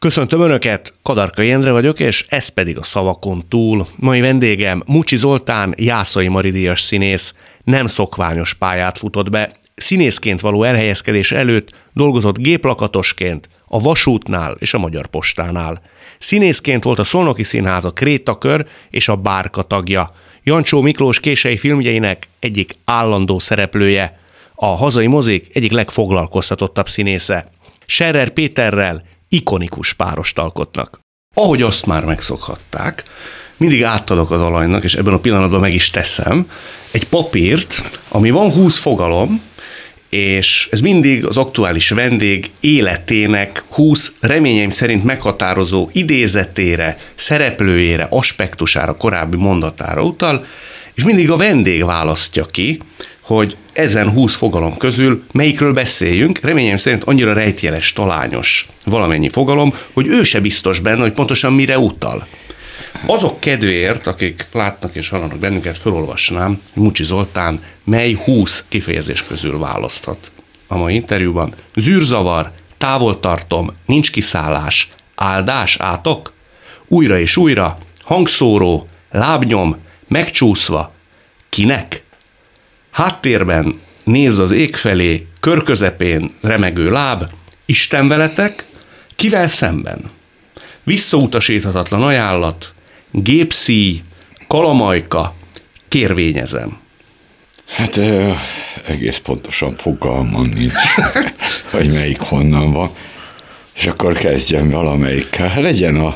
Köszöntöm Önöket, Kadarkai Endre vagyok, és ez pedig a Szavakon túl. Mai vendégem Mucsi Zoltán, Jászai Mari díjas színész, nem szokványos pályát futott be. Színészként való elhelyezkedés előtt dolgozott géplakatosként, a Vasútnál és a Magyar Postánál. Színészként volt a Szolnoki Színház, a Krétakör és a Bárka tagja. Jancsó Miklós kései filmjeinek egyik állandó szereplője, a hazai mozik egyik legfoglalkoztatottabb színésze. Scherer Péterrel ikonikus párost alkotnak. Ahogy azt már megszokhatták, mindig átadok az alanynak, és ebben a pillanatban meg is teszem, egy papírt, ami van 20 fogalom, és ez mindig az aktuális vendég életének 20 reményeim szerint meghatározó idézetére, szereplőjére, aspektusára, korábbi mondatára utal, és mindig a vendég választja ki, hogy ezen 20 fogalom közül melyikről beszéljünk, reményem szerint annyira rejtjeles, talányos valamennyi fogalom, hogy ő se biztos benne, hogy pontosan mire utal. Azok kedvéért, akik látnak és hallanak bennünket, felolvasnám, hogy Mucsi Zoltán mely 20 kifejezés közül választhat a mai interjúban. Zűrzavar, távoltartom, nincs kiszállás, áldás, átok, újra és újra, hangszóró, lábnyom, megcsúszva, kinek? Háttérben nézz az ég felé, körközepén remegő láb, Isten veletek, kivel szemben? Visszautasíthatatlan ajánlat, gépszíj, kalamajka, kérvényezem. Hát egész pontosan fogalmam nincs, hogy melyik honnan van, és akkor kezdjem valamelyikkel. Legyen a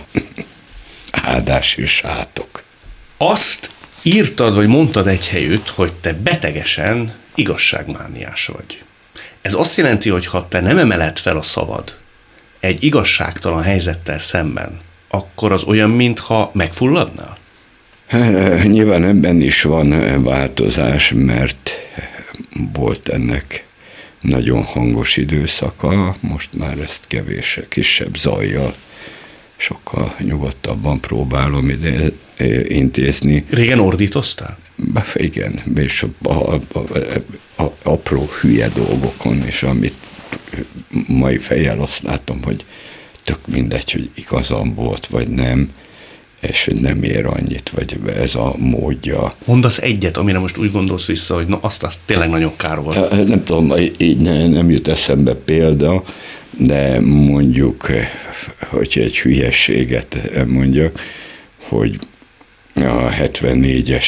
áldás és átok. Azt írtad, vagy mondtad egy helyütt, hogy te betegesen igazságmániás vagy. Ez azt jelenti, hogy ha te nem emeled fel a szavad egy igazságtalan helyzettel szemben, akkor az olyan, mintha megfulladnál? Nyilván ebben is van változás, mert volt ennek nagyon hangos időszaka, most már ezt kevés, kisebb zajjal, sokkal nyugodtabban próbálom ide intézni. Régen ordítoztál? Igen, és apró hülye dolgokon, és amit mai fejjel azt látom, hogy tök mindegy, hogy igazam volt, vagy nem, és hogy nem ér annyit, vagy ez a módja. Mondasz egyet, amire most úgy gondolsz vissza, hogy azt tényleg nagyon kár volt. Nem tudom, így nem jut eszembe példa, de mondjuk, hogy egy hülyességet mondjak, hogy a 74-es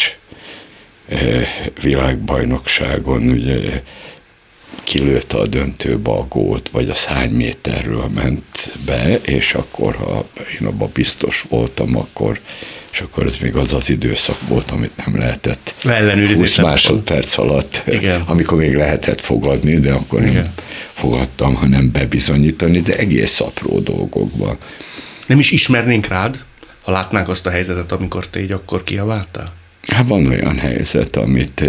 világbajnokságon ugye kilőtte a döntőbe a gólt, vagy a 100 méterről ment be, és akkor, ha én abban biztos voltam, akkor ez még az időszak volt, amit nem lehetett 20 másodperc alatt, igen, amikor még lehetett fogadni, de akkor igen, nem fogadtam, hanem bebizonyítani, de egész apró dolgokban. Nem is ismernénk rád, ha látnánk azt a helyzetet, amikor te így akkor kiabáltál? Hát van olyan helyzet, amit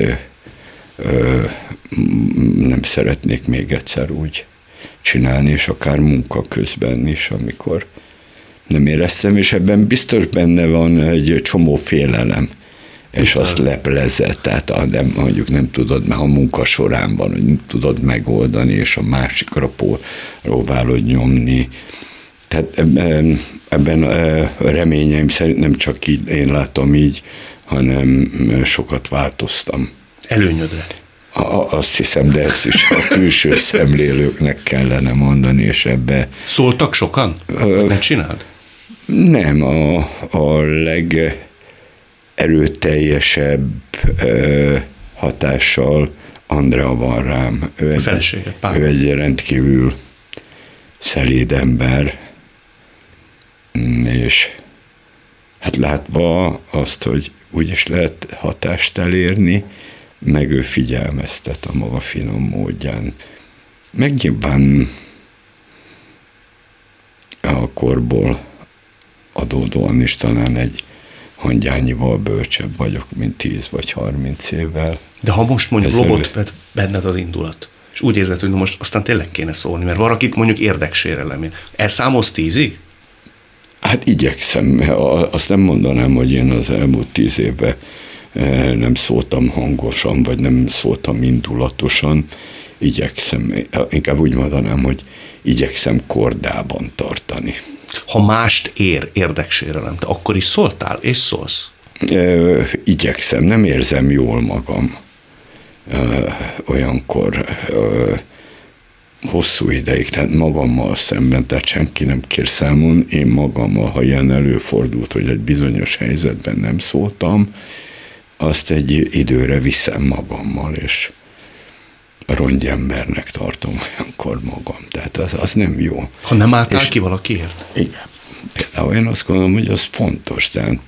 nem szeretnék még egyszer úgy csinálni, és akár munka közben is, amikor nem éreztem, és ebben biztos benne van egy csomó félelem, és azt leplezett, tehát mondjuk nem tudod, mert a munka során van, hogy nem tudod megoldani, és a másikra próbálod nyomni. Tehát ebben reményeim szerint nem csak így, én látom így, hanem sokat változtam. Előnyödre. Azt hiszem, de ezt is a külső szemlélőknek kellene mondani, és ebbe... Szóltak sokan? Ne csináld? Nem, a legerőteljesebb hatással Andrea van rám. A felesége, ő egy rendkívül szelíd ember, és hát látva azt, hogy úgyis lehet hatást elérni, meg ő figyelmeztet a maga finom módján. Meg nyilván a korból adódóan is talán egy hangyányival bölcsebb vagyok, mint 10 vagy 30 évvel. De ha most mondjuk lobot vett benned az indulat, és úgy érzed, hogy most aztán tényleg kéne szólni, mert valakit mondjuk érdeksérelem. Elszámolsz 10-ig? Hát igyekszem. Azt nem mondanám, hogy én az elmúlt 10 évben nem szóltam hangosan, vagy nem szóltam indulatosan. Igyekszem, inkább úgy mondanám, hogy igyekszem kordában tartani. Ha mást ér érdeksérelem, te akkor is szóltál, és szólsz? Igyekszem, nem érzem jól magam. Olyankor hosszú ideig, tehát magammal szemben, tehát senki nem kér számon, én magammal, ha ilyen előfordult, hogy egy bizonyos helyzetben nem szóltam, azt egy időre viszem magammal, és rongyembernek tartom olyankor magam. Tehát az nem jó. Ha nem álltál ki valakiért? Igen. Például én azt gondolom, hogy az fontos, tehát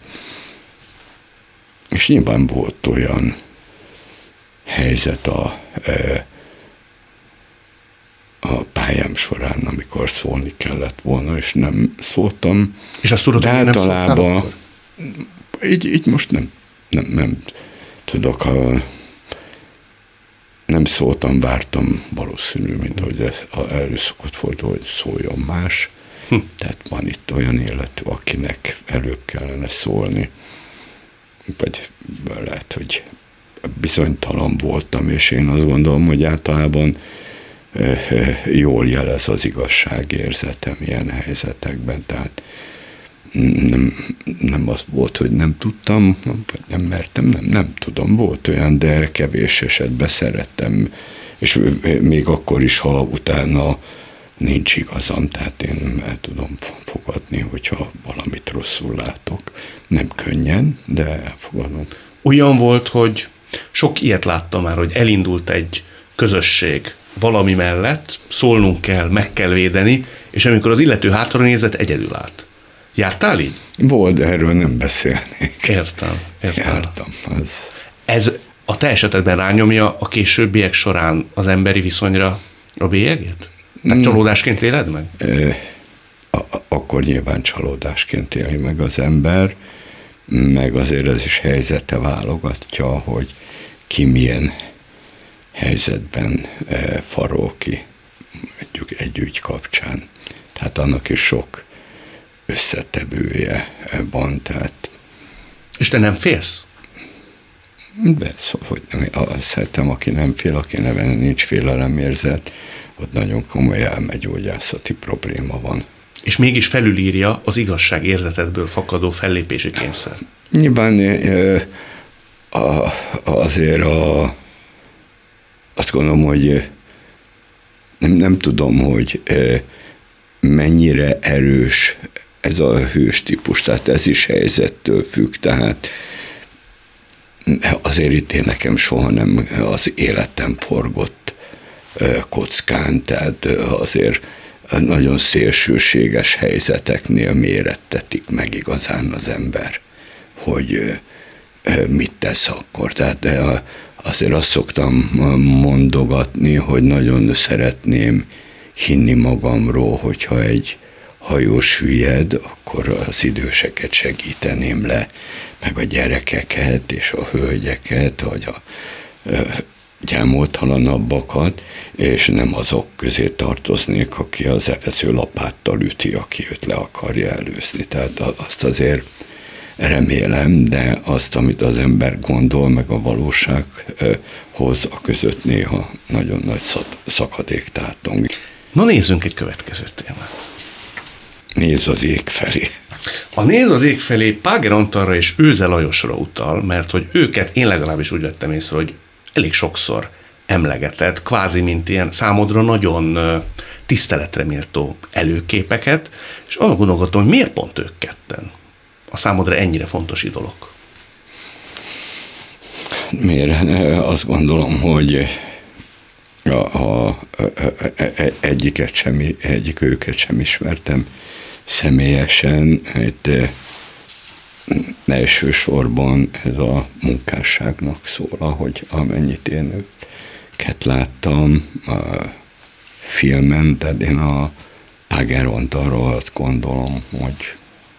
és nyilván volt olyan helyzet a pályám során, amikor szólni kellett volna, és nem szóltam. És azt tudod, hogy nem szóltál akkor? Így most nem tudok, nem szóltam, vártam valószínű, mint hogy elő szokott fordulni, hogy szóljon más. Tehát van itt olyan életű, akinek előbb kellene szólni, vagy lehet, hogy bizonytalan voltam, és én azt gondolom, hogy általában jól jelez az igazságérzetem ilyen helyzetekben, tehát nem az volt, hogy nem tudtam, vagy nem mertem, nem tudom, volt olyan, de kevés esetben szerettem, és még akkor is, ha utána nincs igazam, tehát én el tudom fogadni, hogyha valamit rosszul látok. Nem könnyen, de elfogadom. Olyan volt, hogy sok ilyet láttam már, hogy elindult egy közösség valami mellett, szólnunk kell, meg kell védeni, és amikor az illető hátra nézett, egyedül állt. Jártál így? Volt, de erről nem beszélnék. Értem. Jártam. Ez a te esetedben rányomja a későbbiek során az emberi viszonyra a bélyegét? Tehát csalódásként éled meg? Akkor nyilván csalódásként éli meg az ember, meg azért ez is helyzete válogatja, hogy ki milyen helyzetben farol ki mondjuk egy ügy kapcsán. Tehát annak is sok összetevője van, tehát... És te nem félsz? De szóval, hogy szerintem, aki nem fél, aki nincs félelemérzet, ott nagyon komoly elmegyógyászati probléma van. És mégis felülírja az igazság érzetedből fakadó fellépési kényszer. Nyilván azért azt gondolom, hogy nem tudom, hogy mennyire erős ez a hős típus, tehát ez is helyzettől függ, tehát azért itt én nekem soha nem az életem forgott kockán, tehát azért nagyon szélsőséges helyzeteknél mérettetik meg igazán az ember, hogy mit tesz akkor. Tehát azért azt szoktam mondogatni, hogy nagyon szeretném hinni magamról, hogyha egy hajó süllyed, akkor az időseket segíteném le, meg a gyerekeket és a hölgyeket, vagy a gyámoltalanabbakat, és nem azok közé tartoznék, aki az evező lapáttal üti, aki őt le akarja előzni. Tehát azt azért remélem, de azt, amit az ember gondol, meg a valósághoz, a között néha nagyon nagy szakadék tátong. Na nézzünk egy következő témát. Nézz az ég felé. A Nézz az ég felé Páger Antalra és Őze Lajosra utal, mert hogy őket én legalábbis úgy vettem észre, hogy elég sokszor emlegeted, kvázi mint ilyen számodra nagyon tiszteletre méltó előképeket, és arra gondolkodtam, hogy miért pont ők ketten a számodra ennyire fontos idolok? Miért? Azt gondolom, hogy egyik őket sem ismertem személyesen. Itt elsősorban ez a munkásságnak szól, ahogy amennyit én őket láttam a filmen, tehát én a Páger Antalról gondolom, hogy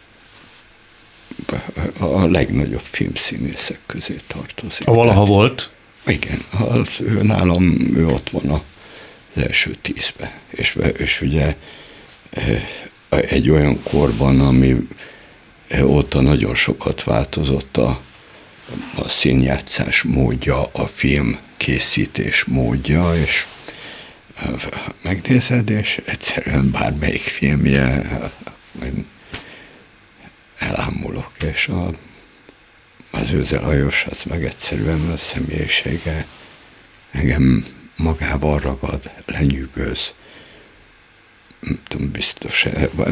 a legnagyobb filmszínészek közé tartozik. A valaha volt? Igen, nálam ő ott van az első 10-ben. És ugye egy olyan korban, ami óta nagyon sokat változott a színjátszás módja, a film készítés módja, és megnézed, és egyszerűen bármelyik filmje Én elámulok, és az Őze Lajos, az meg egyszerűen a személyisége engem magával ragad, lenyűgöz. Nem tudom, biztos,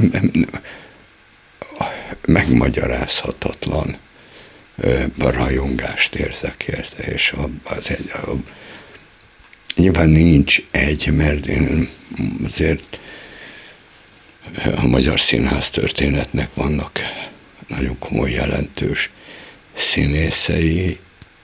megmagyarázhatatlan rajongást érzek érte, és nyilván nincs egy, mert én azért a magyar színház történetnek vannak nagyon komoly, jelentős színészei,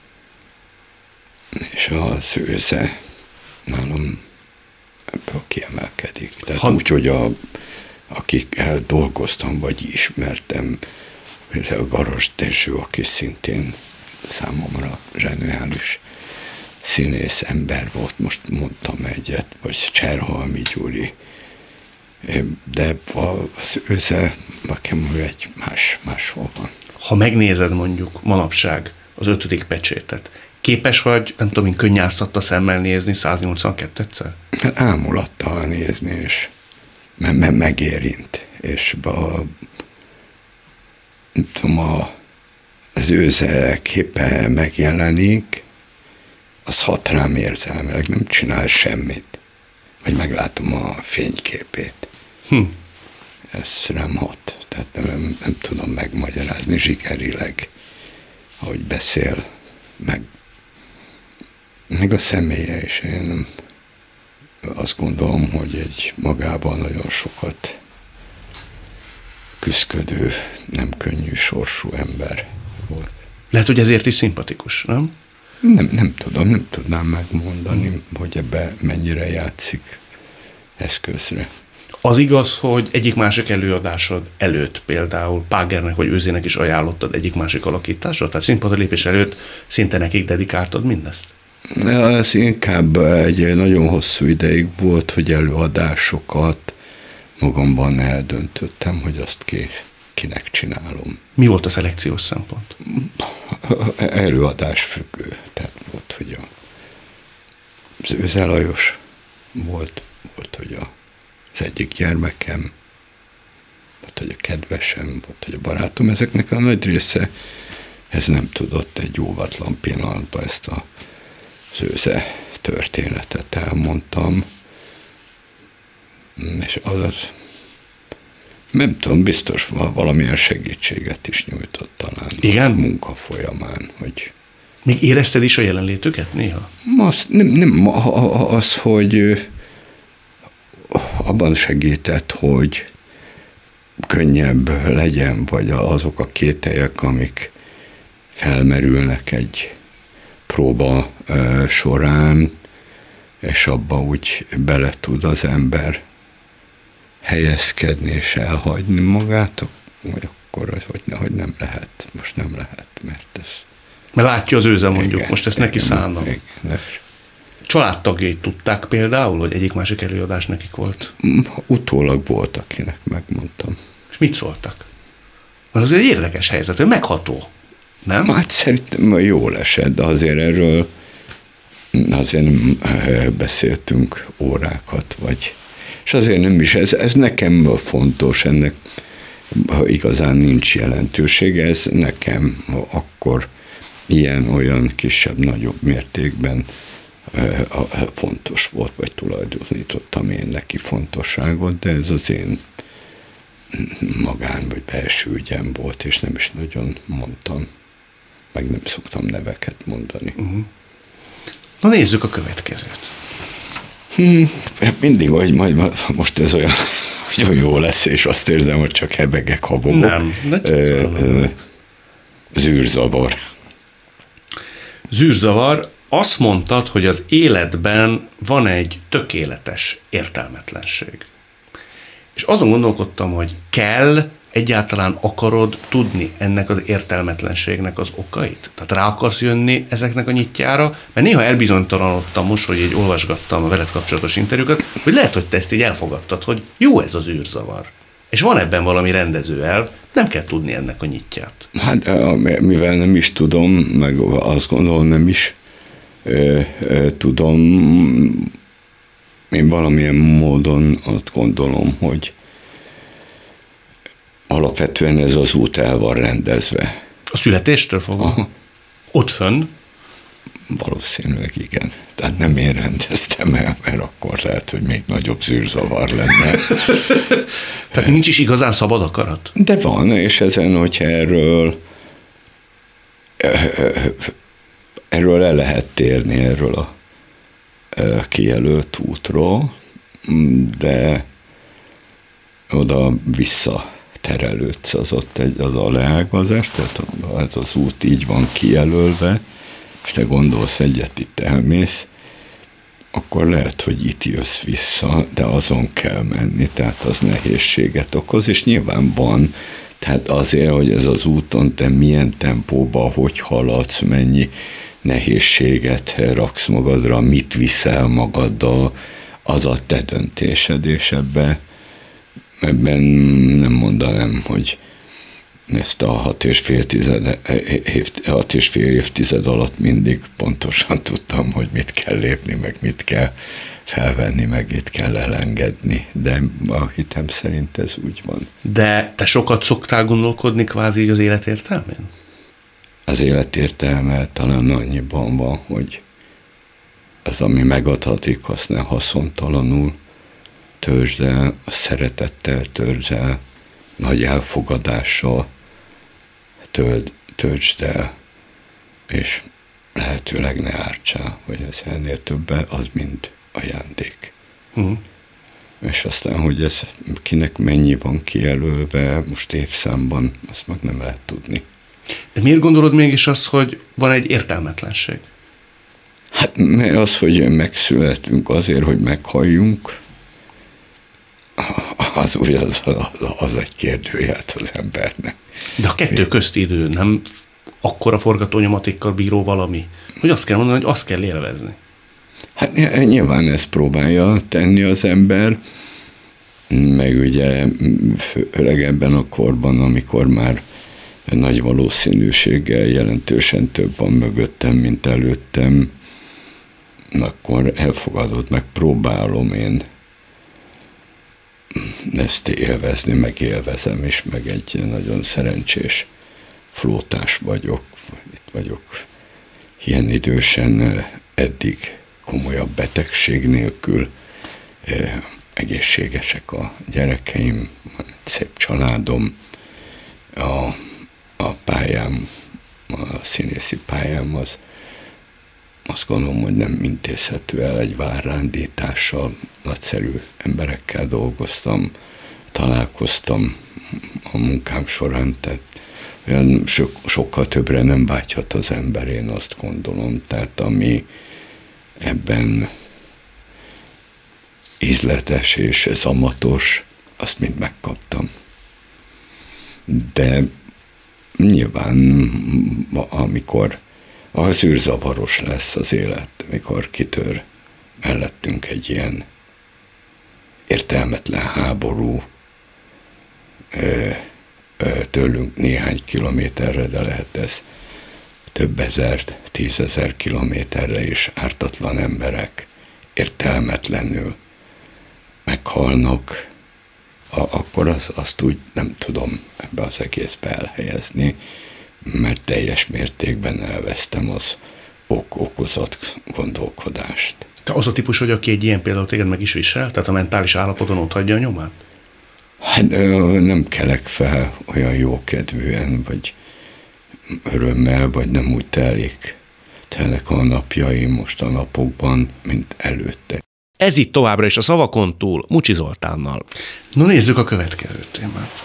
és az Őze nálam ebből kiemelkedik. Tehát úgy, hogy akikkel dolgoztam, vagy ismertem, például a Garas Dezső, aki szintén számomra zseniális színész ember volt, most mondtam egyet, vagy Cserhalmi Gyuri, de az Őze nekem egy máshol van. Ha megnézed mondjuk manapság az 5. pecsétet, képes vagy, nem tudom, én könnyáztatta szemmel nézni 182-szer? Hát ámulattal nézni, és megérint, és nem tudom, az Őze képe megjelenik, az hat rám érzelmileg, nem csinál semmit. Vagy meglátom a fényképét. Ez rám hat. Tehát nem tudom megmagyarázni zsigerileg, ahogy beszél, meg a személye is. Én azt gondolom, hogy egy magában nagyon sokat küszködő, nem könnyű sorsú ember volt. Lehet, hogy ezért is szimpatikus, nem? Nem tudom, nem tudnám megmondani, hogy ebbe mennyire játszik eszközre. Az igaz, hogy egyik-másik előadásod előtt például Págernek vagy Őzének is ajánlottad egyik-másik alakításra? Tehát színpadra-lépés előtt szinte nekik dedikáltad mindezt? Ez inkább egy nagyon hosszú ideig volt, hogy előadásokat magamban eldöntöttem, hogy azt kinek csinálom. Mi volt a szelekciós szempont? Előadás függő. Tehát volt, hogy az Őze Lajos volt, hogy az egyik gyermekem, volt, hogy a kedvesem, volt, hogy a barátom. Ezeknek a nagy része, ez nem tudott egy óvatlan pillanatban ezt az Őze történetet elmondtam. És az nem tudom, biztos valamilyen segítséget is nyújtott talán. Igen? A munka folyamán, hogy... Még érezted is a jelenlétüket néha? Az, hogy abban segített, hogy könnyebb legyen, vagy azok a kételyek, amik felmerülnek egy próba során, és abba úgy bele tud az ember helyezkedni és elhagyni magát, vagy akkor hogy nem lehet, most nem lehet, mert ez... Mert látja az Őze mondjuk, igen, most ezt neki szánnom. Igen. Családtagjait tudták például, hogy egyik-másik előadás nekik volt? Utólag volt, akinek megmondtam. És mit szóltak? Mert az egy érdekes helyzet, hogy megható, nem? Hát szerintem jól esett, de azért erről azért nem beszéltünk órákat, vagy... És azért nem is, ez nekem fontos, ennek igazán nincs jelentősége, ez nekem akkor ilyen-olyan kisebb-nagyobb mértékben fontos volt, vagy tulajdonítottam én neki fontosságot, de ez az én magán, vagy belső ügyem volt, és nem is nagyon mondtam, meg nem szoktam neveket mondani. Uh-huh. Na nézzük a következőt. Mindig, hogy majd most ez olyan jó lesz, és azt érzem, hogy csak hebegek, habogok. Nem, de zűrzavar. Zűrzavar. Azt mondtad, hogy az életben van egy tökéletes értelmetlenség. És azon gondolkodtam, hogy egyáltalán akarod tudni ennek az értelmetlenségnek az okait? Tehát rá akarsz jönni ezeknek a nyitjára? Mert néha elbizonytalanodtam most, hogy így olvasgattam a veled kapcsolatos interjúkat, hogy lehet, hogy te ezt így elfogadtad, hogy jó ez az űrzavar. És van ebben valami rendezőelv, nem kell tudni ennek a nyitját. Hát mivel nem is tudom, meg azt gondolom nem is tudom, én valamilyen módon azt gondolom, hogy Alapvetően ez az út el van rendezve. A születéstől fogva? Ott fönn? Valószínűleg igen. Tehát nem én rendeztem el, mert akkor lehet, hogy még nagyobb zűrzavar lenne. Tehát nincs is igazán szabad akarat? De van, és ezen, hogyha erről el lehet térni, erről a kijelölt útról, de oda visszaterelődsz, az a leágazás, tehát az út így van kijelölve, és te gondolsz egyet, itt elmész, akkor lehet, hogy itt jössz vissza, de azon kell menni, tehát az nehézséget okoz, és nyilván van, tehát azért, hogy ez az úton te milyen tempóban, hogy haladsz, mennyi nehézséget raksz magadra, mit viszel magaddal, az a te döntésed, és ebben nem mondanám, hogy ezt a 6,5 évtized alatt mindig pontosan tudtam, hogy mit kell lépni, meg mit kell felvenni, meg mit kell elengedni, de a hitem szerint ez úgy van. De te sokat szoktál gondolkodni kvázi így az élet értelmén? Az élet értelme talán annyiban van, hogy az, ami megadhatik, azt ne haszontalanul töltsd el, a szeretettel töltsd el, nagy elfogadással töltsd el, és lehetőleg ne ártsál, hogy ez ennél többen, az mind ajándék. És aztán, hogy ez kinek mennyi van kijelölve most évszámban, azt meg nem lehet tudni. De miért gondolod mégis azt, hogy van egy értelmetlenség? Hát mert az, hogy megszületünk azért, hogy meghalljunk, az egy kérdőjelt az embernek. De a kettő közti idő nem akkora forgatónyomatikkal bíró valami, hogy azt kell mondani, hogy azt kell élvezni. Hát nyilván ezt próbálja tenni az ember, meg ugye főleg ebben a korban, amikor már nagy valószínűséggel jelentősen több van mögöttem, mint előttem, akkor elfogadott, meg próbálom én ezt élvezni, meg élvezem is, meg egy nagyon szerencsés flótás vagyok. Itt vagyok ilyen idősen, eddig komolyabb betegség nélkül, egészségesek a gyerekeim, van egy szép családom, a pályám, a színészi pályám az azt gondolom, hogy nem intézhető el egy várrándítással, nagyszerű emberekkel dolgoztam, találkoztam a munkám során, tehát olyan sokkal többre nem vágyhat az ember, én azt gondolom, tehát ami ebben ízletes és zamatos, azt mind megkaptam. De nyilván, amikor az űrzavaros lesz az élet, mikor kitör mellettünk egy ilyen értelmetlen háború, tőlünk néhány kilométerre, de lehet ez több ezer, 10 000 kilométerre is ártatlan emberek értelmetlenül meghalnak, akkor azt úgy nem tudom ebbe az egészbe elhelyezni, mert teljes mértékben elvesztem az okozat gondolkodást. Te az a típus vagy, aki egy ilyen például téged meg is visel? Tehát a mentális állapoton ott hagyja a nyomát? Hát nem kelek fel olyan jókedvűen, vagy örömmel, vagy nem úgy telnek a napjaim most a napokban, mint előtte. Ez itt továbbra is a Szavakon túl, Mucsi Zoltánnal. No, nézzük a következő témát.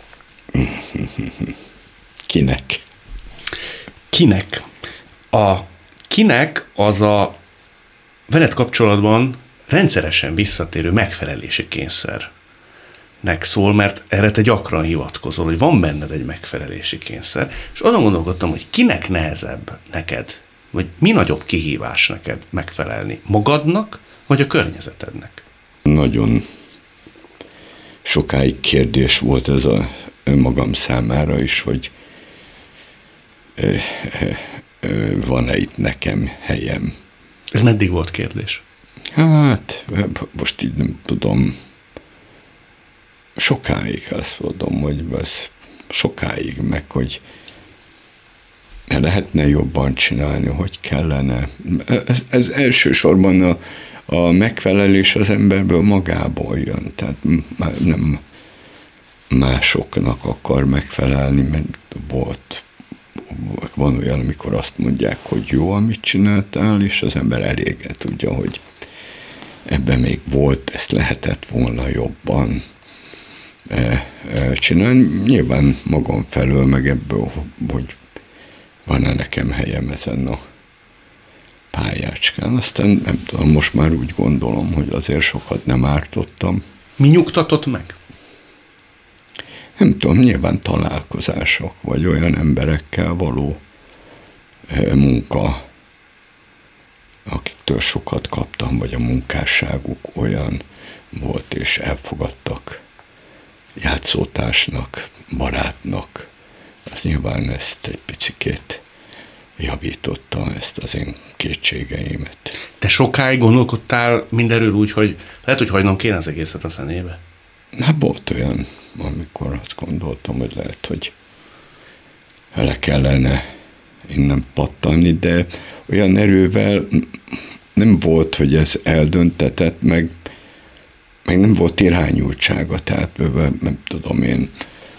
Kinek? Kinek? Kinek az a veled kapcsolatban rendszeresen visszatérő megfelelési kényszernek szól, mert erre te gyakran hivatkozol, hogy van benned egy megfelelési kényszer, és azon gondolkodtam, hogy kinek nehezebb neked, vagy mi nagyobb kihívás neked megfelelni? Magadnak, vagy a környezetednek? Nagyon sokáig kérdés volt ez a önmagam számára is, hogy van-e itt nekem helyem. Ez meddig volt kérdés? Hát, most így nem tudom sokáig azt mondom, hogy ez sokáig, meg hogy lehetne jobban csinálni, hogy kellene. Ez elsősorban a megfelelés az emberből magából jön, tehát nem másoknak akar megfelelni, mert van olyan, amikor azt mondják, hogy jó, amit csináltál, és az ember eléggé tudja, hogy ebben még volt, ezt lehetett volna jobban csinálni. Nyilván magam felől, meg ebből, hogy van-e nekem helyem ezen a pályácskán. Aztán nem tudom, most már úgy gondolom, hogy azért sokat nem ártottam. Mi nyugtatott meg? Nem tudom, nyilván találkozások, vagy olyan emberekkel való munka, akiktől sokat kaptam, vagy a munkásságuk olyan volt, és elfogadtak játszótársnak, barátnak. Az nyilván ezt egy picikét javította, ezt az én kétségeimet. Te sokáig gondolkodtál mindenről úgy, hogy lehet, hogy hagynom kéne az egészet a fenébe? Hát volt olyan, amikor azt gondoltam, hogy lehet, hogy le kellene innen pattanni, de olyan erővel nem volt, hogy ez eldöntetett, meg nem volt irányultsága, tehát nem tudom én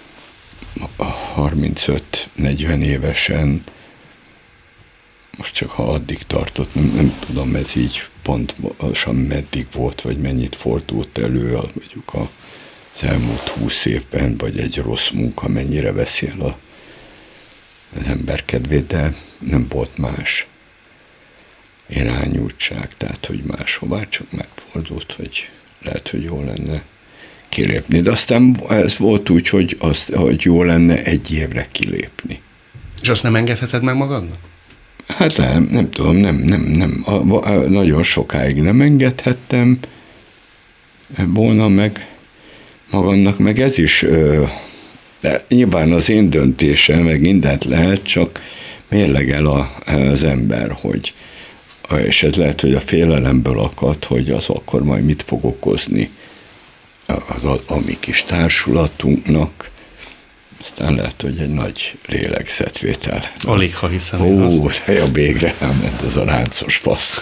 35-40 évesen, most csak ha addig tartott, nem tudom, ez így pontosan meddig volt, vagy mennyit fordult elő, mondjuk az elmúlt 20 évben, vagy egy rossz munka mennyire veszi el az ember kedvét, de nem volt más irányultság, tehát hogy máshová, csak megfordult, hogy lehet, hogy jó lenne kilépni. De aztán ez volt úgy, hogy jó lenne egy évre kilépni. És azt nem engedheted meg magadnak? Hát nem tudom, nem. Nagyon sokáig nem engedhettem volna meg magamnak, meg ez is, de nyilván az én döntésem, meg mindent lehet, csak mérlegel az ember, hogy, és ez lehet, hogy a félelemből akad, hogy az akkor majd mit fog okozni a mi kis társulatunknak. Aztán lehet, hogy egy nagy lélegzetvétel. Alig, ha hiszem. Ó, a végre elment ez a ráncos fasz.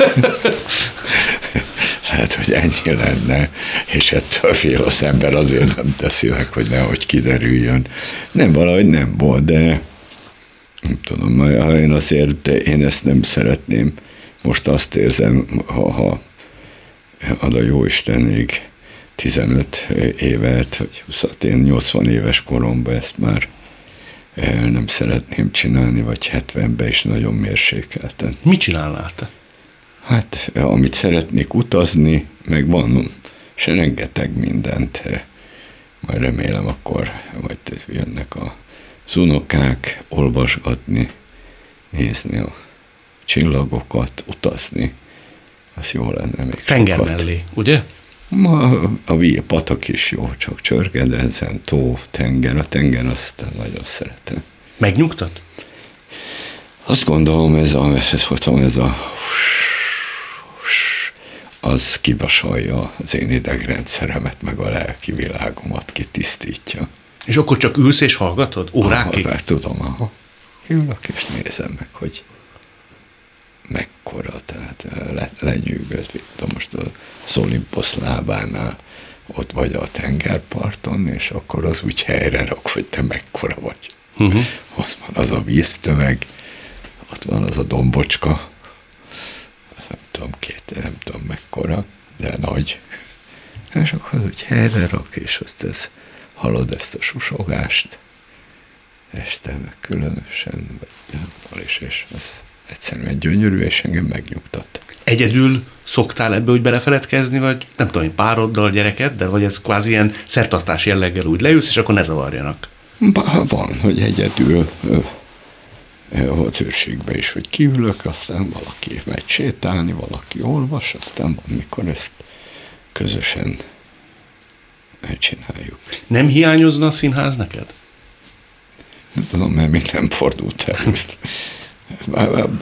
Lehet, hogy ennyi lenne, és ettől fél az ember, azért nem teszi meg, hogy nehogy kiderüljön. Nem, valahogy nem volt, de nem tudom, én ezt nem szeretném. Most azt érzem, ha ad a Jóisten még 15 évet, vagy 20, én 80 éves koromban ezt már nem szeretném csinálni, vagy 70-ben is nagyon mérsékelten. Mit csinálnál te? Hát, amit szeretnék utazni, meg van, és rengeteg mindent. Majd remélem akkor majd jönnek az unokák, olvasgatni, nézni a csillagokat, utazni. Az jó lenne még Tenger sokat. mellé, ugye? A patak is jó, csak Csörgedezen, tó, tenger. A tenger azt nagyon szeretem. Megnyugtat? Azt gondolom, az kivasalja az én idegrendszeremet, meg a lelki világomat kitisztítja. És akkor csak ülsz és hallgatod? Órákig? Tudom, ülök és nézem meg, hogy mekkora, tehát lenyűgöz, most az Olimposz lábánál ott vagy a tengerparton, és akkor az úgy helyre rak, hogy te mekkora vagy. Uh-huh. Ott van az a víztömeg, ott van az a dombocska, nem tudom mekkora, de nagy. És akkor az úgy helyre rak, és ott hallod ezt a susogást, este meg különösen, és ez egyszerűen gyönyörű, és engem megnyugtat. Egyedül szoktál ebből úgy belefeledkezni, vagy nem tudom, pároddal, gyerekeddel, vagy ez kvázi ilyen szertartás jelleggel úgy leülsz, és akkor ne zavarjanak? Van, hogy egyedül az őrségbe is, hogy kiülök, aztán valaki megy sétálni, valaki olvas, aztán van, mikor ezt közösen csináljuk. Nem hiányozna a színház neked? Nem tudom, mert még nem fordult elő.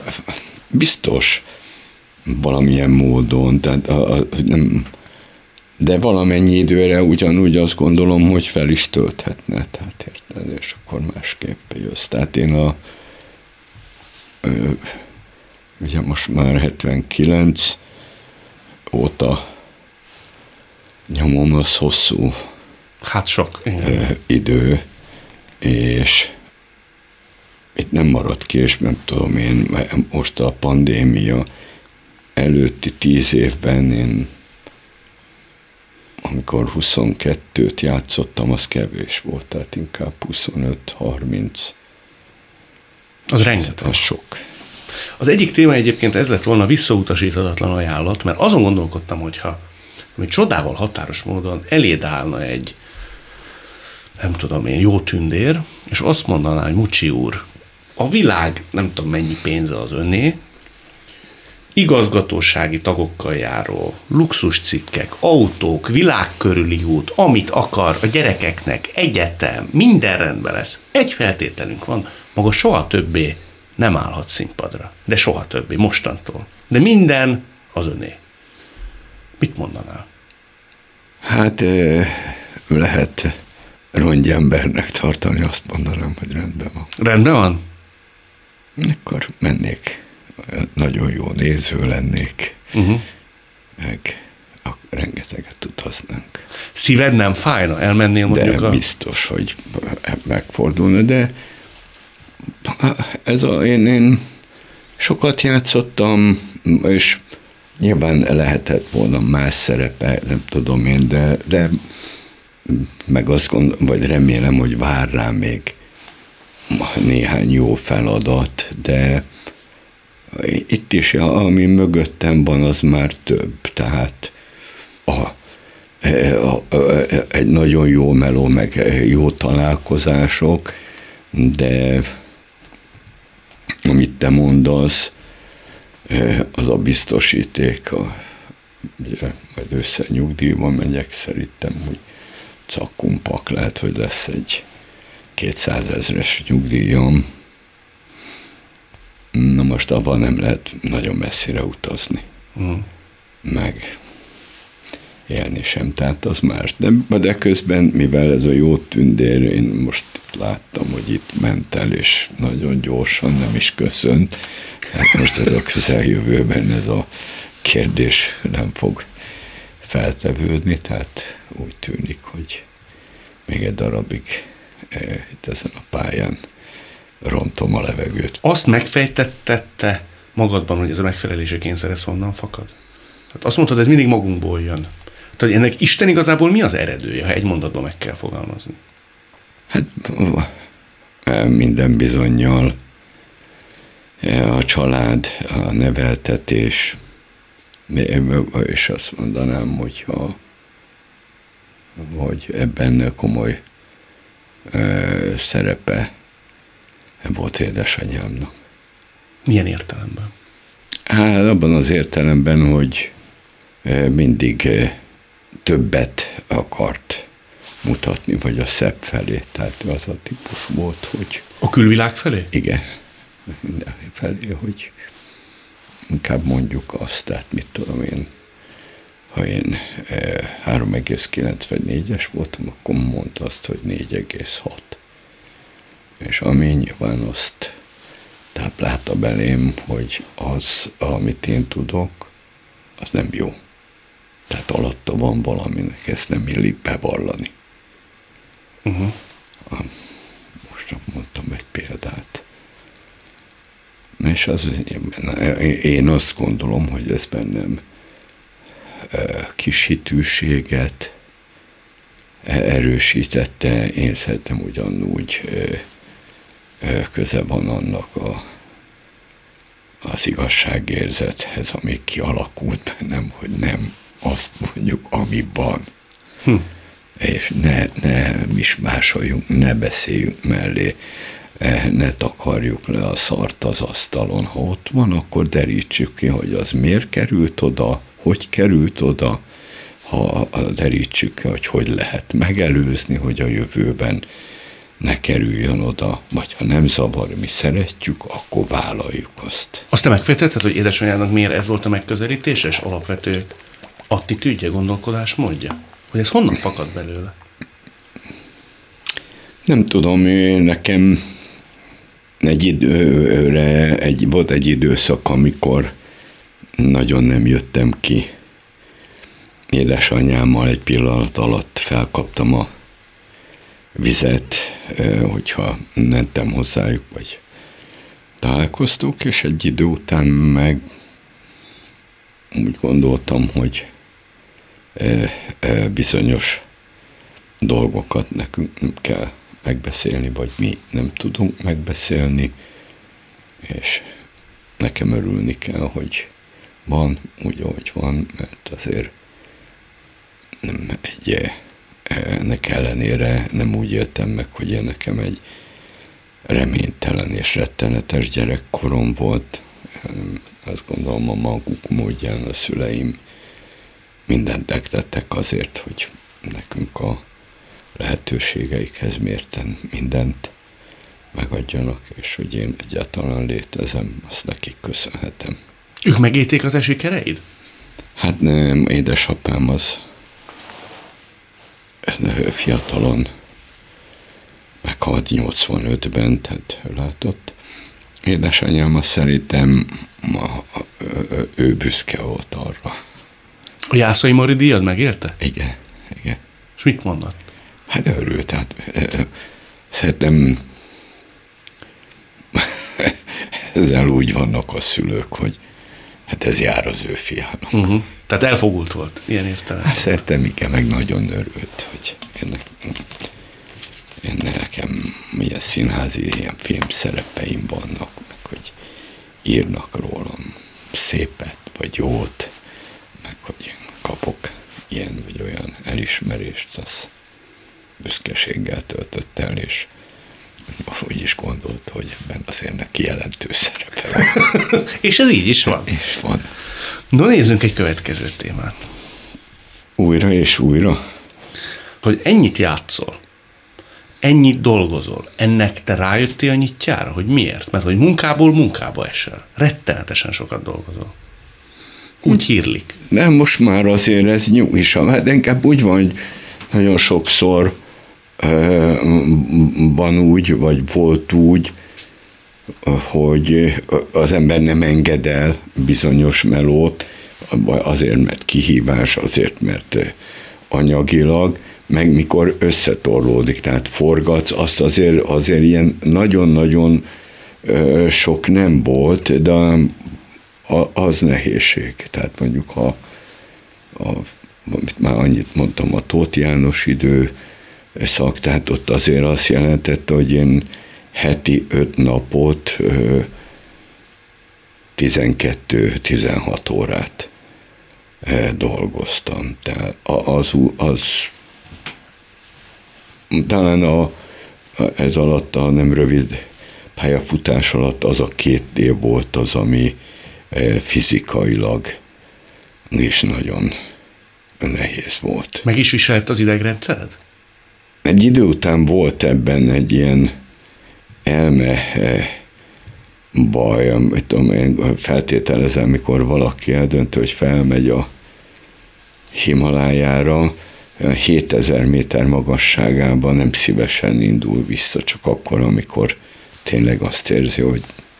Biztos valamilyen módon, tehát De valamennyi időre ugyanúgy azt gondolom, hogy fel is tölthetne, tehát érted, és akkor másképp jössz. Tehát én ugye most már 79 óta nyomom, az hosszú Hát sok. idő, és itt nem maradt ki, és nem tudom én, most a pandémia előtti 10 évben én, amikor 22-t játszottam, az kevés volt, tehát inkább 25-30. Az rengeteg. Az sok. Az egyik téma egyébként ez lett volna visszautasíthatatlan ajánlat, mert azon gondolkodtam, hogyha csodával határos módon eléd állna egy, nem tudom én, jó tündér, és azt mondaná, hogy Mucsi úr, a világ nem tudom mennyi pénze az önné, igazgatósági tagokkal járó, luxuscikkek, autók, világkörüli út, amit akar a gyerekeknek, egyetem, minden rendben lesz. Egy feltételünk van, maga soha többé nem állhat színpadra. De soha többé, mostantól. De minden az öné. Mit mondanál? Hát lehet rongyembernek tartani, azt mondanám, hogy rendben van. Rendben van? Akkor mennék, nagyon jó néző lennék, meg rengeteget utaznánk. Szíved nem fájna? Elmennél mondjuk de biztos, hogy megfordulna, de én sokat játszottam, és nyilván lehetett volna más szerepe, nem tudom én, de meg azt gondolom, vagy remélem, hogy vár rám még néhány jó feladat, de itt is, ami mögöttem van, az már több, tehát egy nagyon jó meló, meg jó találkozások, de amit te mondasz, az a biztosíték, ugye, majd nyugdíjban megyek, szerintem, hogy cakkumpak, lehet, hogy lesz egy 200 000-es nyugdíjam. Na most abban nem lehet nagyon messzire utazni. Meg élni sem, tehát az más. De közben, mivel ez a jó tündér, én most láttam, hogy itt ment el, és nagyon gyorsan nem is köszönt. Hát most ez a közeljövőben ez a kérdés nem fog feltevődni, tehát úgy tűnik, hogy még egy darabig itt ezen a pályán rontom a levegőt. Azt megfejtettette magadban, hogy ez a megfelelési kényszer ez honnan fakad? Hát azt mondtad, ez mindig magunkból jön. Tehát ennek Isten igazából mi az eredője, ha egy mondatban meg kell fogalmazni? Hát minden bizonnyal a család, a neveltetés, és azt mondanám, hogy ebben komoly szerepe volt édesanyámnak. Milyen értelemben? Hát abban az értelemben, hogy mindig többet akart mutatni, vagy a szebb felé. Tehát az a típus volt, hogy... A külvilág felé? Igen. Mindenki felé, hogy inkább mondjuk azt, tehát mit tudom én, ha én 3,9 vagy 4-es voltam, akkor mondta azt, hogy 4,6. És ami nyilván azt táplálta belém, hogy az, amit én tudok, az nem jó. Tehát alatta van valaminek, ezt nem illik bevallani. Most mondtam egy példát. És én azt gondolom, hogy ez bennem kis hitűséget erősítette. Én szerintem ugyanúgy köze van annak az igazságérzethez, ami kialakult bennem, hogy nem azt mondjuk, ami van. És ne mismásoljunk, ne beszéljünk mellé, ne takarjuk le a szart az asztalon. Ha ott van, akkor derítsük ki, hogy az miért került oda, hogy került oda, ha derítsük ki, hogy lehet megelőzni, hogy a jövőben ne kerüljön oda, vagy ha nem zavar, mi szeretjük, akkor vállaljuk azt. Azt te megfejtetted, hogy édesanyának miért ez volt a megközelítése, és alapvető attitűdje, gondolkodás módja? Hogy ez honnan fakad belőle? Nem tudom, nekem volt egy időszak, amikor nagyon nem jöttem ki. Édesanyámmal egy pillanat alatt felkaptam a vizet, hogyha mentem hozzájuk, vagy találkoztuk, és egy idő után meg úgy gondoltam, hogy bizonyos dolgokat nekünk nem kell megbeszélni, vagy mi nem tudunk megbeszélni, és nekem örülni kell, hogy van úgy, ahogy van, mert azért nem ennek ellenére nem úgy éltem meg, hogy én nekem egy reménytelen és rettenetes gyerekkorom volt. Azt gondolom, a maguk módján a szüleim mindent megtettek azért, hogy nekünk a lehetőségeikhez mérten mindent megadjanak, és hogy én egyáltalán létezem, azt nekik köszönhetem. Ők megélték a te sikereid? Hát nem, édesapám az fiatalon meghalt 85-ben, tehát ő látott. Édesanyám azt szerintem ő büszke volt arra. A Jászai Mari díjat megérte? Igen. És mit mondott? Hát örült, tehát szerintem ezzel úgy vannak a szülők, hogy hát ez jár az ő fiának. Uh-huh. Tehát elfogult volt ilyen értelemben. Hát szerintem igen, meg nagyon örült, hogy én nekem ilyen színházi, ilyen filmszerepeim vannak, meg hogy írnak rólam szépet, vagy jót, meg hogy kapok ilyen vagy olyan elismerést, az büszkeséggel töltött el, és úgy is gondolt, hogy ebben azért neki jelentős szerepe van. És ez így is van. És van. No, nézzünk egy következő témát. Újra és újra. Hogy ennyit játszol, ennyit dolgozol, ennek te rájöttél a nyitjára, hogy miért? Mert hogy munkából munkába esel. Rettenetesen sokat dolgozol. Úgy hírlik. De most már azért ez nyugisabb. Hát inkább úgy van, hogy nagyon sokszor van úgy, vagy volt úgy, hogy az ember nem enged el bizonyos melót, azért, mert kihívás, azért, mert anyagilag, meg mikor összetorlódik, tehát forgatsz, azt azért ilyen nagyon-nagyon sok nem volt, de az nehézség. Tehát mondjuk, már annyit mondtam, a Tóth János időszak, tehát ott azért azt jelentette, hogy én heti 5 napot 12-16 órát dolgoztam. Tehát talán ez alatt a nem rövid pályafutás alatt az a 2 év volt az, ami fizikailag is nagyon nehéz volt. Meg is viselt az idegrendszered? Egy idő után volt ebben egy ilyen elme baj, amit tudom, én feltételezem, mikor valaki eldöntő, hogy felmegy a Himalájára, 7000 méter magasságában nem szívesen indul vissza, csak akkor, amikor tényleg azt érzi, hogy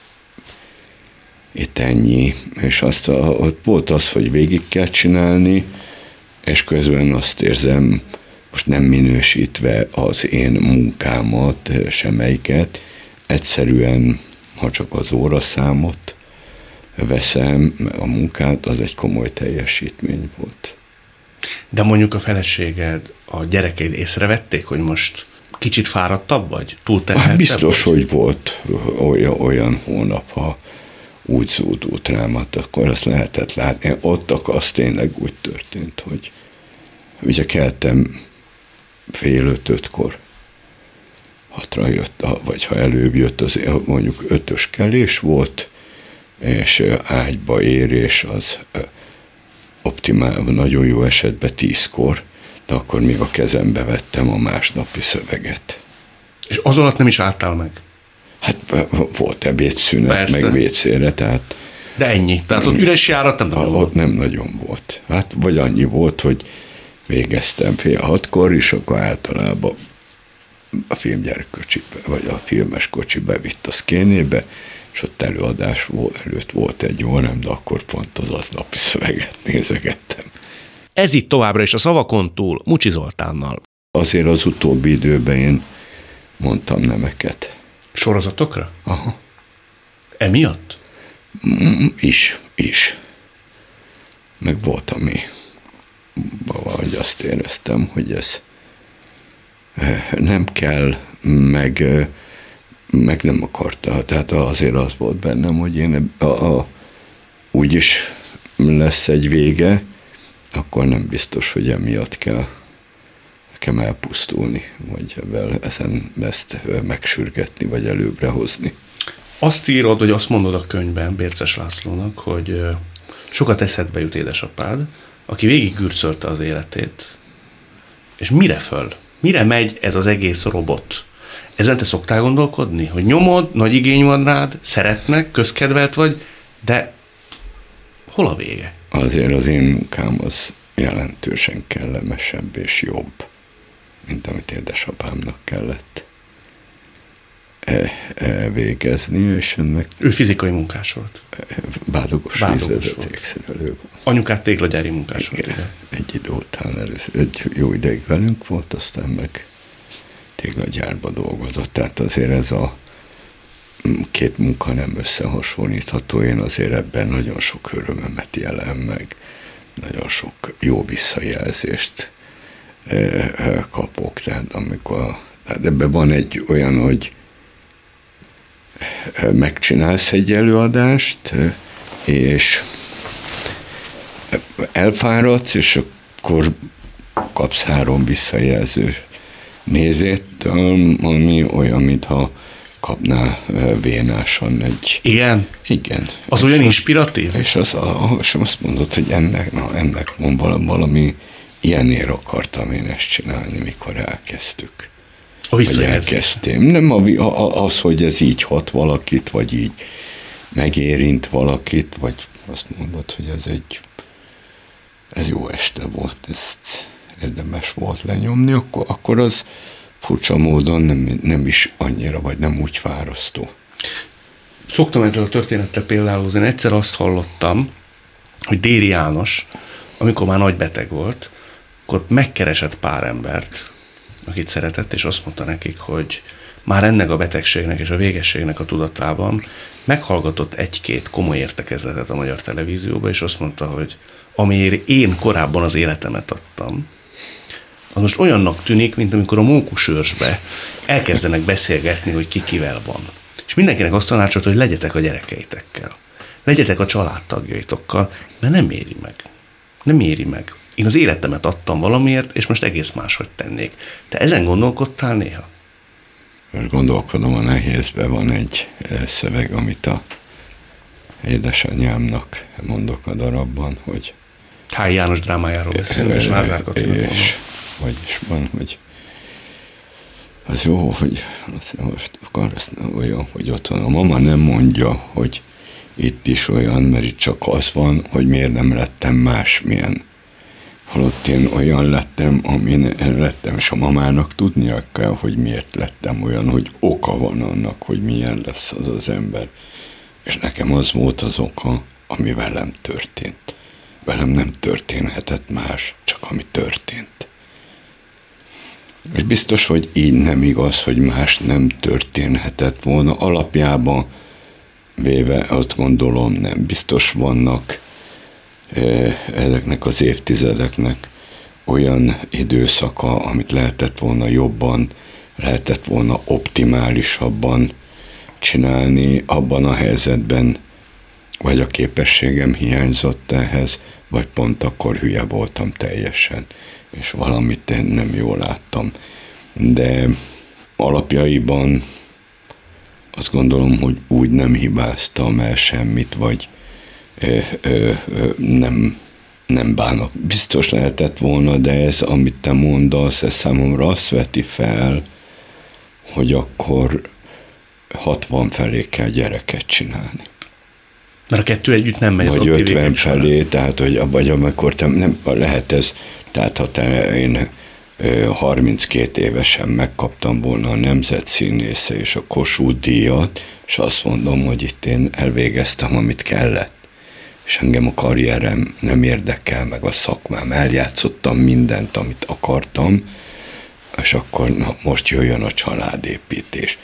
itt ennyi, és ott volt az, hogy végig kell csinálni, és közben azt érzem, most nem minősítve az én munkámat, semmelyiket, egyszerűen, ha csak az óraszámot veszem, a munkát, az egy komoly teljesítmény volt. De mondjuk a feleséged, a gyerekeid észrevették, hogy most kicsit fáradtabb vagy? Túlterheltebb? Hát biztos, hogy volt olyan hónap, ha úgy zúdult rám, akkor azt lehetett látni. Ott az tényleg úgy történt, hogy ugye keltem 4:30-5-kor, 6-ra jött, vagy ha előbb jött, az mondjuk 5-ös kelés volt, és ágyba érés az optimál, nagyon jó esetben 10-kor, de akkor még a kezembe vettem a másnapi szöveget. És az alatt nem is álltál meg? Hát volt ebédszünet, persze, meg vécére, tehát De ennyi. Tehát ott üres járat nem nagyon ott volt. nem nagyon volt. Hát vagy annyi volt, hogy végeztem 5:30, és akkor általában a filmgyárkocsibe, vagy a filmes kocsi bevitt a szkénébe, és ott előadás előtt volt egy órám, de akkor pont az aznapi szöveget nézegettem. Ez itt továbbra is a Szavakon túl Mucsi Zoltánnal. Azért az utóbbi időben én mondtam nemeket. Sorozatokra? Aha. Emiatt? Is. Meg volt, ami valahogy azt éreztem, hogy ez nem kell, meg nem akarta. Tehát azért az volt bennem, hogy én úgyis lesz egy vége, akkor nem biztos, hogy emiatt kell nekem elpusztulni, vagy ezt megsürgetni, vagy előbbre hozni. Azt írod, vagy azt mondod a könyvben Bérces Lászlónak, hogy sokat eszedbe jut édesapád, aki végig gürcölte az életét, és mire föl? Mire megy ez az egész robot? Ezen te szoktál gondolkodni? Hogy nyomod, nagy igény van rád, szeretnek, közkedvelt vagy, de hol a vége? Azért az én munkám az jelentősen kellemesebb és jobb, mint amit édesapámnak kellett végezni, és ennek... Ő fizikai munkás volt. Bádogos vízvezetékszerelő. Anyukát téglagyári munkás volt. Igen. Egy idő után először, egy jó ideig velünk volt, aztán meg téglagyárba dolgozott. Tehát azért ez a két munka nem összehasonlítható. Én azért ebben nagyon sok örömömet jelen meg, nagyon sok jó visszajelzést kapok. Tehát ebben van egy olyan, hogy megcsinálsz egy előadást, és elfáradsz, és akkor kapsz 3 visszajelző nézést, ami olyan, mintha kapnál vénásan egy... Igen? Igen. Az olyan inspiratív? És azt mondod, hogy ennek van valami ilyenért akartam én ezt csinálni, mikor elkezdtük. Vagy elkezdtem. Nem az, hogy ez így hat valakit, vagy így megérint valakit, vagy azt mondod, hogy ez jó este volt, ezt érdemes volt lenyomni, akkor az furcsa módon nem is annyira, vagy nem úgy fárasztó. Szoktam ezzel a történettel például, én egyszer azt hallottam, hogy Déri János, amikor már nagy beteg volt, akkor megkeresett pár embert, akit szeretett, és azt mondta nekik, hogy már ennek a betegségnek és a végességnek a tudatában meghallgatott 1-2 komoly értekezletet a magyar televízióba, és azt mondta, hogy amiért én korábban az életemet adtam, az most olyannak tűnik, mint amikor a mókusőrsbe elkezdenek beszélgetni, hogy ki kivel van. És mindenkinek azt tanácsolt, hogy legyetek a gyerekeitekkel, legyetek a családtagjaitokkal, mert nem éri meg. Nem éri meg. Én az életemet adtam valamiért, és most egész máshogy tennék. Te ezen gondolkodtál néha? Gondolkodom, a Nehézben van egy szöveg, amit a édesanyámnak mondok a darabban, hogy... H. János drámájáról beszélünk, és Lázár Katinak mondom. Vagyis van, hogy az jó, hogy most olyan, hogy otthon a mama nem mondja, hogy itt is olyan, mert itt csak az van, hogy miért nem lettem másmilyen. Holott én olyan lettem, amin lettem, és a mamának tudnia kell, hogy miért lettem olyan, hogy oka van annak, hogy milyen lesz az az ember. És nekem az volt az oka, ami velem történt. Velem nem történhetett más, csak ami történt. És biztos, hogy így nem igaz, hogy más nem történhetett volna. Alapjában véve azt gondolom, nem biztos vannak ezeknek az évtizedeknek olyan időszaka, amit lehetett volna jobban, lehetett volna optimálisabban csinálni abban a helyzetben, vagy a képességem hiányzott ehhez, vagy pont akkor hülye voltam teljesen, és valamit én nem jól láttam. De alapjaiban azt gondolom, hogy úgy nem hibáztam el semmit, vagy nem bánok. Biztos lehetett volna, de ez, amit te mondasz, ez számomra azt veti fel, hogy akkor 60 felé kell gyereket csinálni. Mert a kettő együtt nem megy. Vagy 50 felé, tehát, vagy amikor te, nem lehet ez, tehát ha én 32 évesen megkaptam volna a nemzetszínésze és a Kossuth díjat, és azt mondom, hogy itt én elvégeztem, amit kellett. És engem a karrierem nem érdekel, meg a szakmám. Eljátszottam mindent, amit akartam, és akkor na, most jöjjön a családépítés.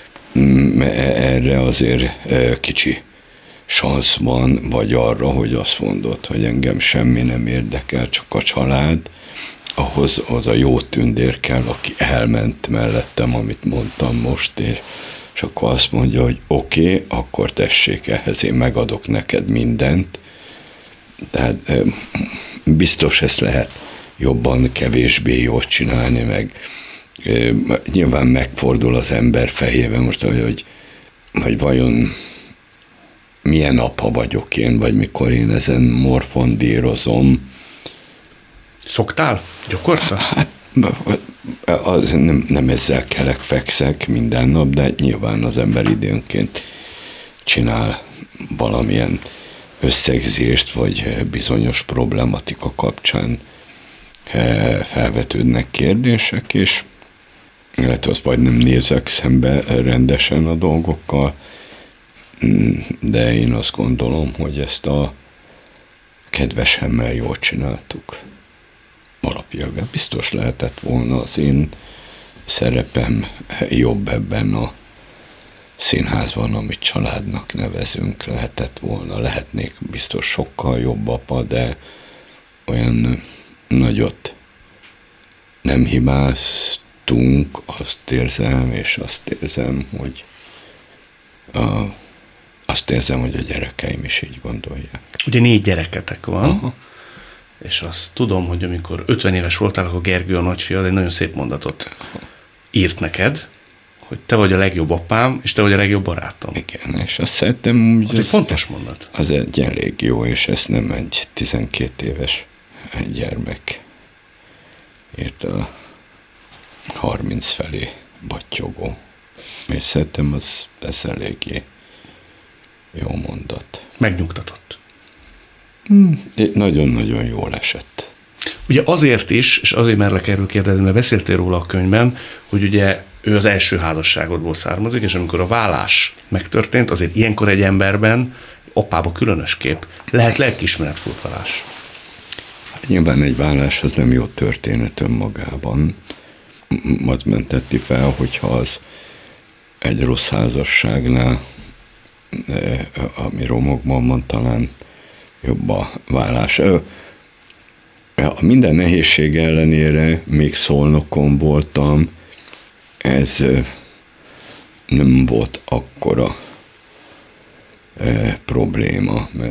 Erre azért kicsi szansz van, vagy arra, hogy azt mondod, hogy engem semmi nem érdekel, csak a család, ahhoz a jó tündér kell, aki elment mellettem, amit mondtam most, és akkor azt mondja, hogy oké, akkor tessék ehhez, én megadok neked mindent. Tehát biztos ezt lehet jobban, kevésbé jól csinálni, meg nyilván megfordul az ember fejében most, hogy vajon milyen apa vagyok én, vagy mikor én ezen morfondírozom. Szoktál? Gyakorta? Hát nem ezzel kelek, fekszek minden nap, de nyilván az ember időnként csinál valamilyen összegzést, vagy bizonyos problematika kapcsán felvetődnek kérdések, és lehet az vagy nem nézek szembe rendesen a dolgokkal, de én azt gondolom, hogy ezt a kedvesemmel jól csináltuk. Alapjában biztos lehetett volna az én szerepem jobb ebben a színházban, amit családnak nevezünk, lehetett volna, lehetnék biztos sokkal jobb apa, de olyan nagyot nem hibáztunk, azt érzem, és azt érzem, hogy a gyerekeim is így gondolják. Ugye 4 gyereketek van, aha. És azt tudom, hogy amikor 50 éves voltál, akkor Gergő a nagyfiad egy nagyon szép mondatot írt neked, hogy te vagy a legjobb apám, és te vagy a legjobb barátom. Igen, és azt szeretem úgy... Az egy fontos mondat. Az egy elég jó, és ez nem egy 12 éves gyermek írt a 30 felé battyogó. És szerintem ez eléggé jó mondat. Megnyugtatott. Nagyon-nagyon jól esett. Ugye azért is, és azért merlek erről kérdezni, mert beszéltél róla a könyvben, hogy ugye ő az első házasságodból származik, és amikor a válás megtörtént, azért ilyenkor egy emberben, apába különösképp, lehet lelkiismeretfurcsalás. Nyilván egy válás az nem jó történet önmagában. Az menteti fel, hogyha az egy rossz házasságnál, ami romokban van, talán jobb a válás. A minden nehézség ellenére még Szolnokon voltam, ez nem volt akkora probléma, mert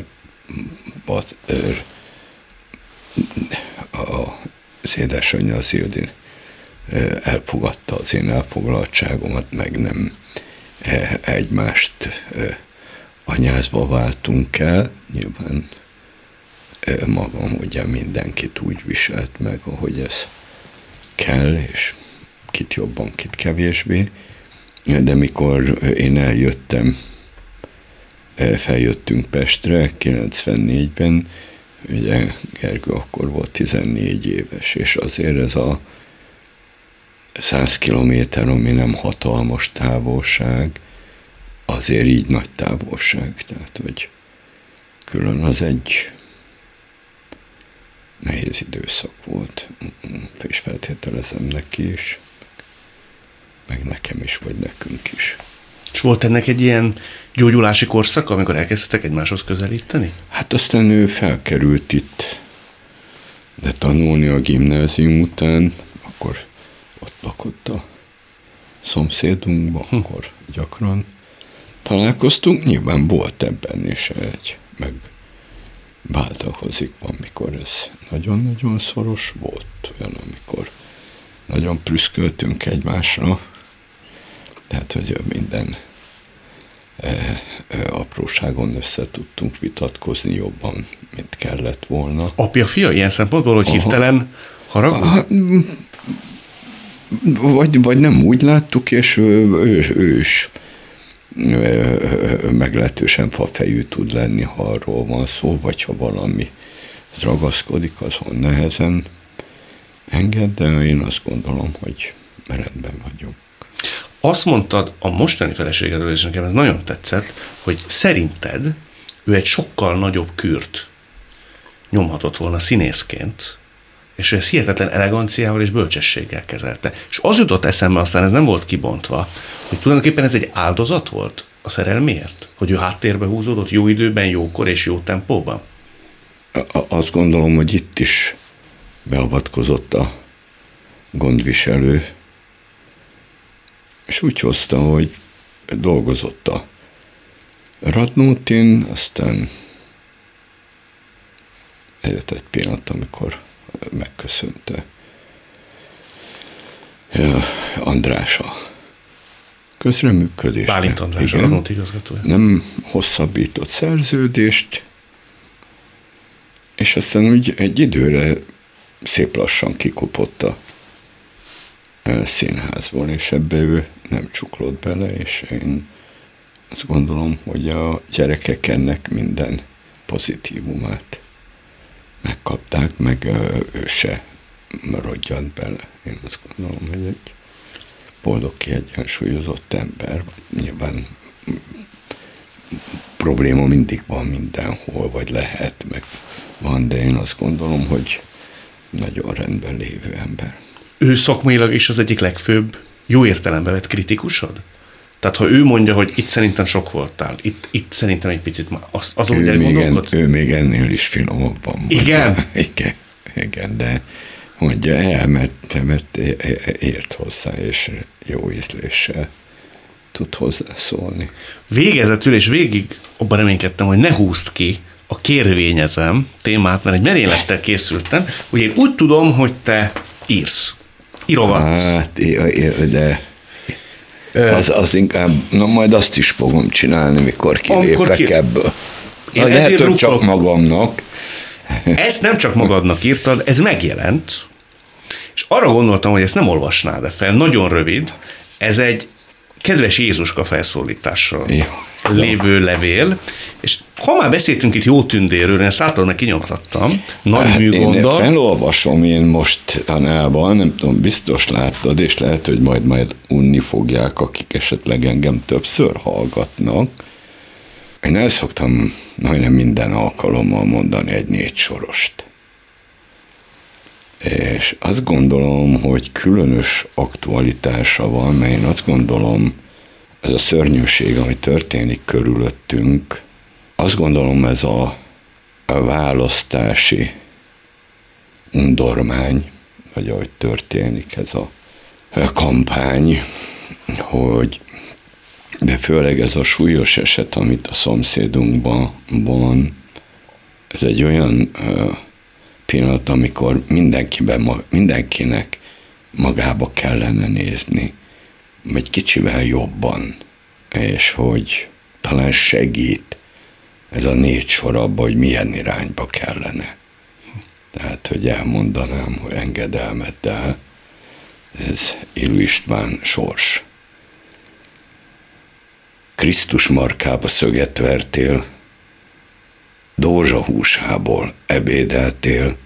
az édesanyja, az Ildi elfogadta az én elfoglaltságomat, meg nem egymást anyázva váltunk el. Nyilván magam ugye mindenkit úgy viselt meg, ahogy ez kell, és kit jobban, kit kevésbé. De mikor én feljöttünk Pestre 94-ben, ugye Gergő akkor volt 14 éves, és azért ez a 100 kilométer, ami nem hatalmas távolság, azért így nagy távolság, tehát hogy külön az egy nehéz időszak volt, és feltételezem neki is, meg nekem is, vagy nekünk is. És volt ennek egy ilyen gyógyulási korszak, amikor elkezdtek egymáshoz közelíteni? Hát aztán ő felkerült itt, de tanulni a gimnázium után, akkor ott lakott a szomszédunkban, akkor gyakran találkoztunk. Nyilván volt ebben is meg váltakozik, van, mikor ez nagyon-nagyon szoros volt, olyan, amikor nagyon prüszköltünk egymásra, tehát, hogy minden apróságon össze tudtunk vitatkozni jobban, mint kellett volna. Apja-fia ilyen szempontból, hogy hirtelen haragud? Vagy nem úgy láttuk, és ő is meglehetősen fafejű tud lenni, ha arról van szó, vagy ha valami ragaszkodik, azon nehezen enged, de én azt gondolom, hogy rendben vagyok. Azt mondtad a mostani feleségedről, és nekem ez nagyon tetszett, hogy szerinted ő egy sokkal nagyobb kürt nyomhatott volna színészként, és ő ezt hihetetlen eleganciával és bölcsességgel kezelte. És az jutott eszembe, aztán ez nem volt kibontva, hogy tulajdonképpen ez egy áldozat volt a szerelméért? Hogy ő háttérbe húzódott jó időben, jókor és jó tempóban? Azt gondolom, hogy itt is beavatkozott a gondviselő, és úgy hozta, hogy dolgozott a Radnótin, aztán eljött egy pillanat, amikor megköszönte András a közreműködést. Bálint András, a Radnóti igazgatója. Nem hosszabbított szerződést, és aztán úgy egy időre szép lassan kikopott a színházból, és ebbe ő nem csuklott bele, és én azt gondolom, hogy a gyerekek ennek minden pozitívumát megkapták, meg ő se maradjant bele. Én azt gondolom, hogy egy boldog, kiegyensúlyozott ember, nyilván probléma mindig van mindenhol, vagy lehet, meg van, de én azt gondolom, hogy nagyon rendben lévő ember. Ő szakmailag is az egyik legfőbb, jó értelembe vett kritikusod? Tehát ha ő mondja, hogy itt szerintem sok voltál, itt szerintem egy picit azon gondolkodsz? Ő még ennél is finomabban. Igen? Igen, de mondja el, mert ért hozzá, és jó ízléssel tud hozzászólni. Végezetül és végig abban reménykedtem, hogy ne húzd ki a kérvényezem témát, mert egy merénylettel készültem, hogy én úgy tudom, hogy te írsz. Írogatsz. Hát, de az inkább, majd azt is fogom csinálni, mikor kilépek ebből. Lehet, hogy csak magamnak. Ezt nem csak magadnak írtad, ez megjelent, és arra gondoltam, hogy ezt nem olvasnád fel. Nagyon rövid. Ez egy kedves Jézuska felszólítással lévő levél, és ha már beszéltünk itt jó tündérről, én ezt által meg kinyomtattam, nagy műgonddal. Én felolvasom én mostanában, nem tudom, biztos láttad, és lehet, hogy majd unni fogják, akik esetleg engem többször hallgatnak. Én el szoktam majdnem minden alkalommal mondani egy 4 sorost. És azt gondolom, hogy különös aktualitása van, mert én azt gondolom, ez a szörnyűség, ami történik körülöttünk, azt gondolom, ez a választási undormány, vagy ahogy történik ez a kampány, hogy de főleg ez a súlyos eset, amit a szomszédunkban van, ez egy olyan pillanat, amikor mindenkinek magába kellene nézni, vagy kicsivel jobban, és hogy talán segít ez a 4 sor abba, hogy milyen irányba kellene. Tehát, hogy elmondanám, hogy engedelmeddel, ez Illő István sors. Krisztus markába szöget vertél, Dózsa húsából ebédeltél,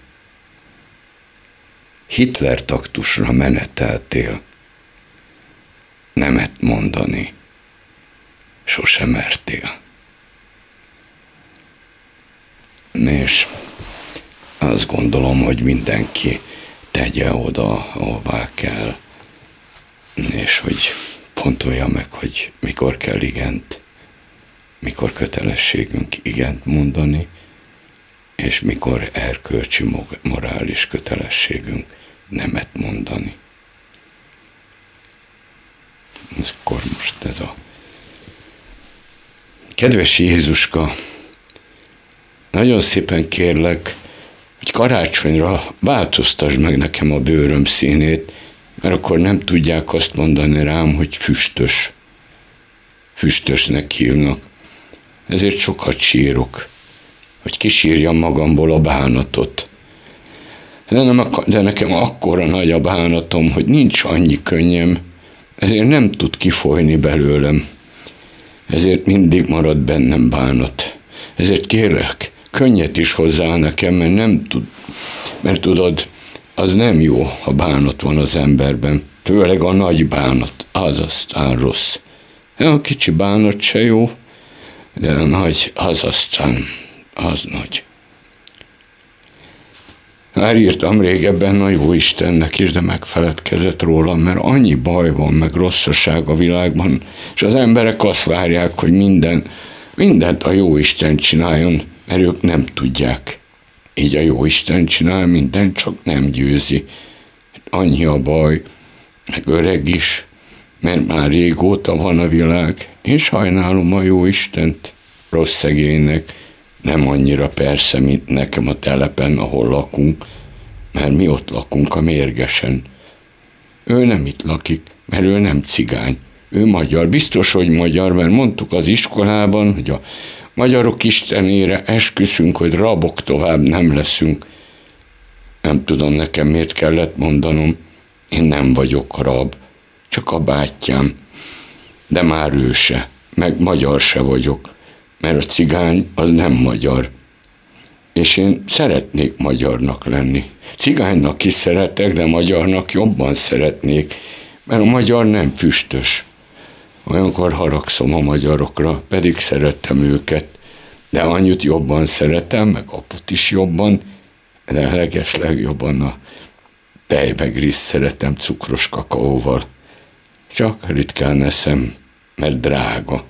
Hitler taktusra meneteltél, nemet mondani sosem mertél. És azt gondolom, hogy mindenki tegye oda, ahová kell, és hogy fontolja meg, hogy mikor kell mikor kötelességünk igent mondani, és mikor erkölcsi, morális kötelességünk nemet mondani. Akkor most ez a kedves Jézuska, nagyon szépen kérlek, hogy karácsonyra változtasd meg nekem a bőröm színét, mert akkor nem tudják azt mondani rám, hogy füstös. Füstösnek hívnak. Ezért sokat sírok, hogy kisírjam magamból a bánatot. De nekem akkora nagy a bánatom, hogy nincs annyi könnyem, ezért nem tud kifolyni belőlem. ezért mindig marad bennem bánat. Ezért kérlek, könnyet is hozzá nekem, mert tudod, az nem jó, ha bánat van az emberben. Főleg a nagy bánat, az aztán rossz. A kicsi bánat se jó, de a nagy, az aztán, az nagy. Már írtam régebben a Jóistennek is, de megfeledkezett rólam, mert annyi baj van, meg rosszaság a világban, és az emberek azt várják, hogy mindent a Jóisten csináljon, mert ők nem tudják. Így a Jóisten csinál mindent, csak nem győzi. Annyi a baj, meg öreg is, mert már régóta van a világ. Én sajnálom a Jóistent, rossz szegénynek, nem annyira persze, mint nekem a telepen, ahol lakunk, mert mi ott lakunk a Mérgesen. Ő nem itt lakik, mert ő nem cigány. Ő magyar, biztos, hogy magyar, mert mondtuk az iskolában, hogy a magyarok istenére esküszünk, hogy rabok tovább nem leszünk. Nem tudom, nekem miért kellett mondanom, én nem vagyok rab, csak a bátyám, de már ő se, meg magyar se vagyok, mert a cigány az nem magyar. És én szeretnék magyarnak lenni. Cigánynak is szeretek, de magyarnak jobban szeretnék, mert a magyar nem füstös. Olyankor haragszom a magyarokra, pedig szerettem őket, de annyit jobban szeretem, meg aput is jobban, de legjobban a tejmegriszt szeretem cukros kakaóval. Csak ritkán eszem, mert drága.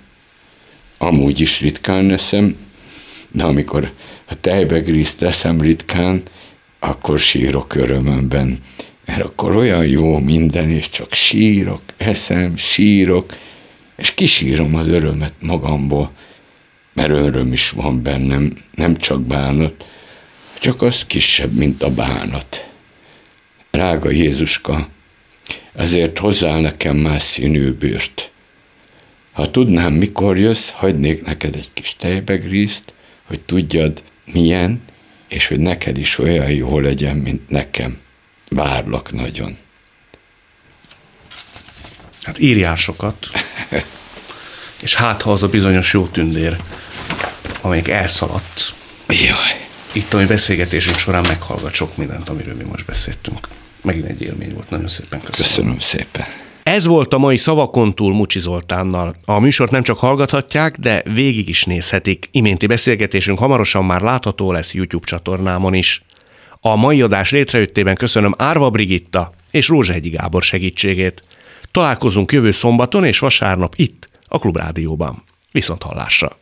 Amúgy is ritkán eszem, de amikor a tejmegriszt eszem ritkán, akkor sírok örömömben. Mert akkor olyan jó minden, és csak sírok, eszem, sírok, és kisírom az örömet magamból, mert öröm is van bennem, nem csak bánat, csak az kisebb, mint a bánat. Drága Jézuska, ezért hozzál nekem más színű bőrt. Ha tudnám, mikor jössz, hagynék neked egy kis tejbegrízt, hogy tudjad, milyen, és hogy neked is olyan jó legyen, mint nekem. Várlak nagyon. Hát írjál sokat, és hát ha az a bizonyos jó tündér, amelyik elszaladt. Jaj. Itt a mi beszélgetésünk során meghallgat sok mindent, amiről mi most beszéltünk. Megint egy élmény volt, nagyon szépen köszönöm. Köszönöm szépen. Ez volt a mai Szavakon túl Mucsi Zoltánnal. A műsort nem csak hallgathatják, de végig is nézhetik. Iménti beszélgetésünk hamarosan már látható lesz YouTube csatornámon is. A mai adás létrejöttében köszönöm Árva Brigitta és Rózsahegyi Gábor segítségét. Találkozunk jövő szombaton és vasárnap itt, a Klubrádióban. Viszonthallásra!